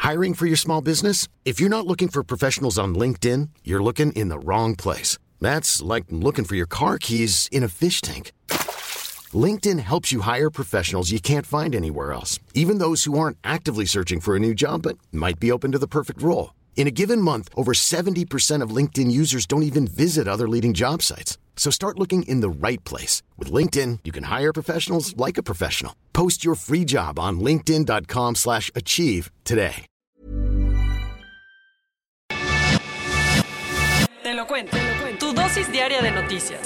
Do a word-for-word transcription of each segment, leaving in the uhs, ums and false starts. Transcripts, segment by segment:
Hiring for your small business? If you're not looking for professionals on LinkedIn, you're looking in the wrong place. That's like looking for your car keys in a fish tank. LinkedIn helps you hire professionals you can't find anywhere else, even those who aren't actively searching for a new job but might be open to the perfect role. In a given month, over seventy percent of LinkedIn users don't even visit other leading job sites. So start looking in the right place. With LinkedIn, you can hire professionals like a professional. Post your free job on linkedin.com slash achieve today. Te lo cuento. Tu dosis diaria de noticias.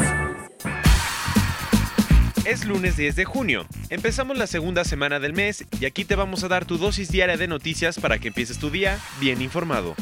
Es lunes diez de junio. Empezamos la segunda semana del mes y aquí te vamos a dar tu dosis diaria de noticias para que empieces tu día bien informado.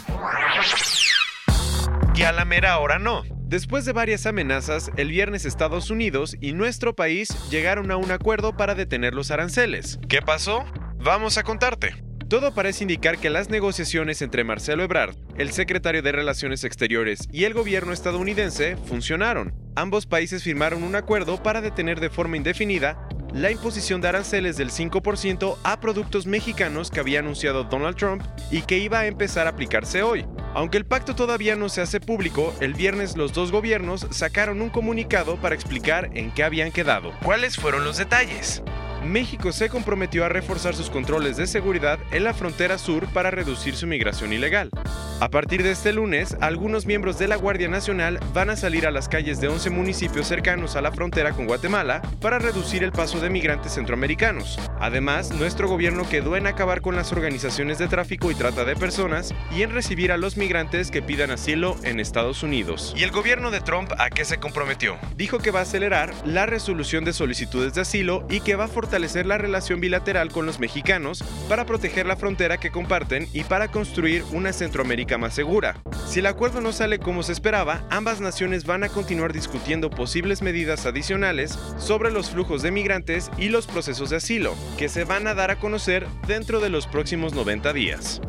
Y a la mera hora no. Después de varias amenazas, el viernes Estados Unidos y nuestro país llegaron a un acuerdo para detener los aranceles. ¿Qué pasó? Vamos a contarte. Todo parece indicar que las negociaciones entre Marcelo Ebrard, el secretario de Relaciones Exteriores, y el gobierno estadounidense funcionaron. Ambos países firmaron un acuerdo para detener de forma indefinida la imposición de aranceles del cinco por ciento a productos mexicanos que había anunciado Donald Trump y que iba a empezar a aplicarse hoy. Aunque el pacto todavía no se hace público, el viernes los dos gobiernos sacaron un comunicado para explicar en qué habían quedado. ¿Cuáles fueron los detalles? México se comprometió a reforzar sus controles de seguridad en la frontera sur para reducir su migración ilegal. A partir de este lunes, algunos miembros de la Guardia Nacional van a salir a las calles de once municipios cercanos a la frontera con Guatemala para reducir el paso de migrantes centroamericanos. Además, nuestro gobierno quedó en acabar con las organizaciones de tráfico y trata de personas y en recibir a los migrantes que pidan asilo en Estados Unidos. ¿Y el gobierno de Trump a qué se comprometió? Dijo que va a acelerar la resolución de solicitudes de asilo y que va a fortalecer la relación bilateral con los mexicanos para proteger la frontera que comparten y para construir una Centroamérica más segura. Si el acuerdo no sale como se esperaba, ambas naciones van a continuar discutiendo posibles medidas adicionales sobre los flujos de migrantes y los procesos de asilo, que se van a dar a conocer dentro de los próximos noventa días.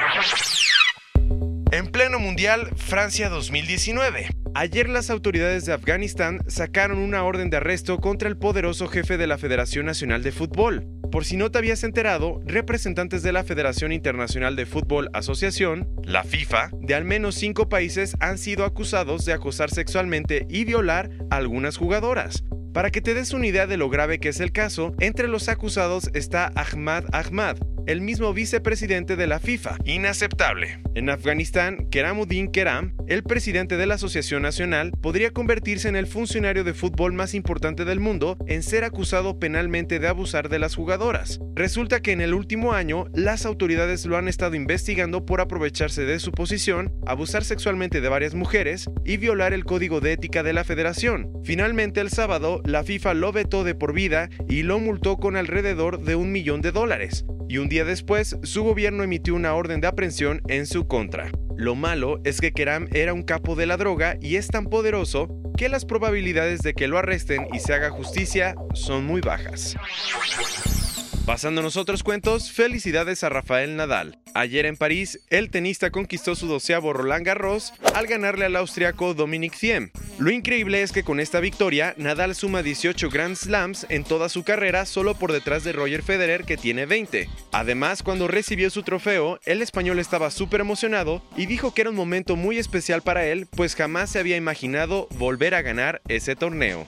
En pleno Mundial Francia dos mil diecinueve. Ayer las autoridades de Afganistán sacaron una orden de arresto contra el poderoso jefe de la Federación Nacional de Fútbol. Por si no te habías enterado, representantes de la Federación Internacional de Fútbol Asociación, la FIFA, de al menos cinco países han sido acusados de acosar sexualmente y violar a algunas jugadoras. Para que te des una idea de lo grave que es el caso, entre los acusados está Ahmad Ahmad, el mismo vicepresidente de la FIFA. Inaceptable. En Afganistán, Keramuddin Keram, el presidente de la Asociación Nacional, podría convertirse en el funcionario de fútbol más importante del mundo en ser acusado penalmente de abusar de las jugadoras. Resulta que en el último año, las autoridades lo han estado investigando por aprovecharse de su posición, abusar sexualmente de varias mujeres y violar el código de ética de la federación. Finalmente, el sábado, la FIFA lo vetó de por vida y lo multó con alrededor de un millón de dólares. Y un día después, su gobierno emitió una orden de aprehensión en su contra. Lo malo es que Keram era un capo de la droga y es tan poderoso que las probabilidades de que lo arresten y se haga justicia son muy bajas. Pasándonos otros cuentos, felicidades a Rafael Nadal. Ayer en París, el tenista conquistó su doceavo Roland Garros al ganarle al austriaco Dominic Thiem. Lo increíble es que con esta victoria, Nadal suma dieciocho Grand Slams en toda su carrera solo por detrás de Roger Federer, que tiene veinte. Además, cuando recibió su trofeo, el español estaba súper emocionado y dijo que era un momento muy especial para él, pues jamás se había imaginado volver a ganar ese torneo.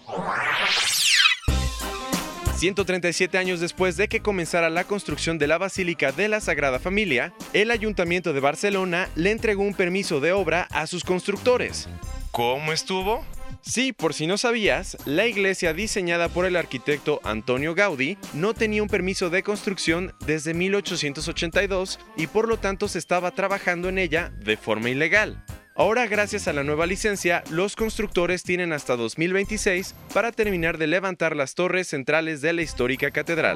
ciento treinta y siete años después de que comenzara la construcción de la Basílica de la Sagrada Familia, el Ayuntamiento de Barcelona le entregó un permiso de obra a sus constructores. ¿Cómo estuvo? Sí, por si no sabías, la iglesia diseñada por el arquitecto Antonio Gaudí no tenía un permiso de construcción desde mil ochocientos ochenta y dos y por lo tanto se estaba trabajando en ella de forma ilegal. Ahora, gracias a la nueva licencia, los constructores tienen hasta dos mil veintiséis para terminar de levantar las torres centrales de la histórica catedral.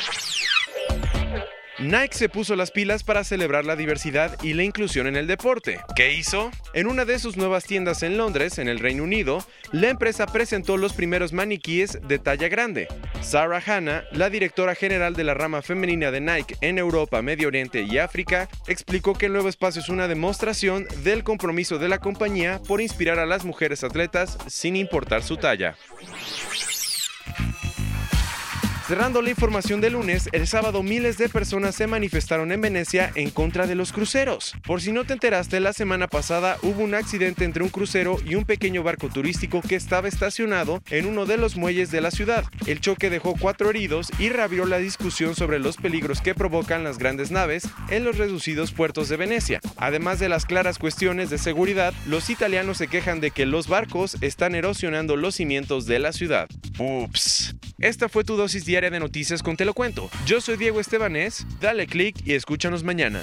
Nike se puso las pilas para celebrar la diversidad y la inclusión en el deporte. ¿Qué hizo? En una de sus nuevas tiendas en Londres, en el Reino Unido, la empresa presentó los primeros maniquíes de talla grande. Sarah Hanna, la directora general de la rama femenina de Nike en Europa, Medio Oriente y África, explicó que el nuevo espacio es una demostración del compromiso de la compañía por inspirar a las mujeres atletas sin importar su talla. Cerrando la información de lunes, el sábado miles de personas se manifestaron en Venecia en contra de los cruceros. Por si no te enteraste, la semana pasada hubo un accidente entre un crucero y un pequeño barco turístico que estaba estacionado en uno de los muelles de la ciudad. El choque dejó cuatro heridos y reabrió la discusión sobre los peligros que provocan las grandes naves en los reducidos puertos de Venecia. Además de las claras cuestiones de seguridad, los italianos se quejan de que los barcos están erosionando los cimientos de la ciudad. Ups. Esta fue tu dosis diaria de noticias con Te lo cuento. Yo soy Diego Estebanés, dale click y escúchanos mañana.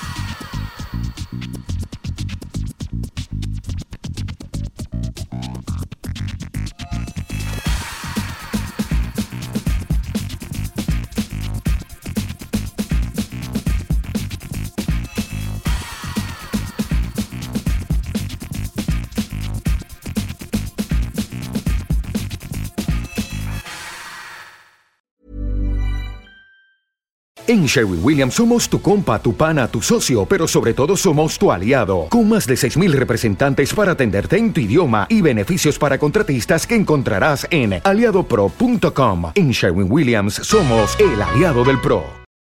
En Sherwin-Williams somos tu compa, tu pana, tu socio, pero sobre todo somos tu aliado, con más de seis mil representantes para atenderte en tu idioma y beneficios para contratistas que encontrarás en aliado pro punto com. En Sherwin-Williams somos el aliado del pro.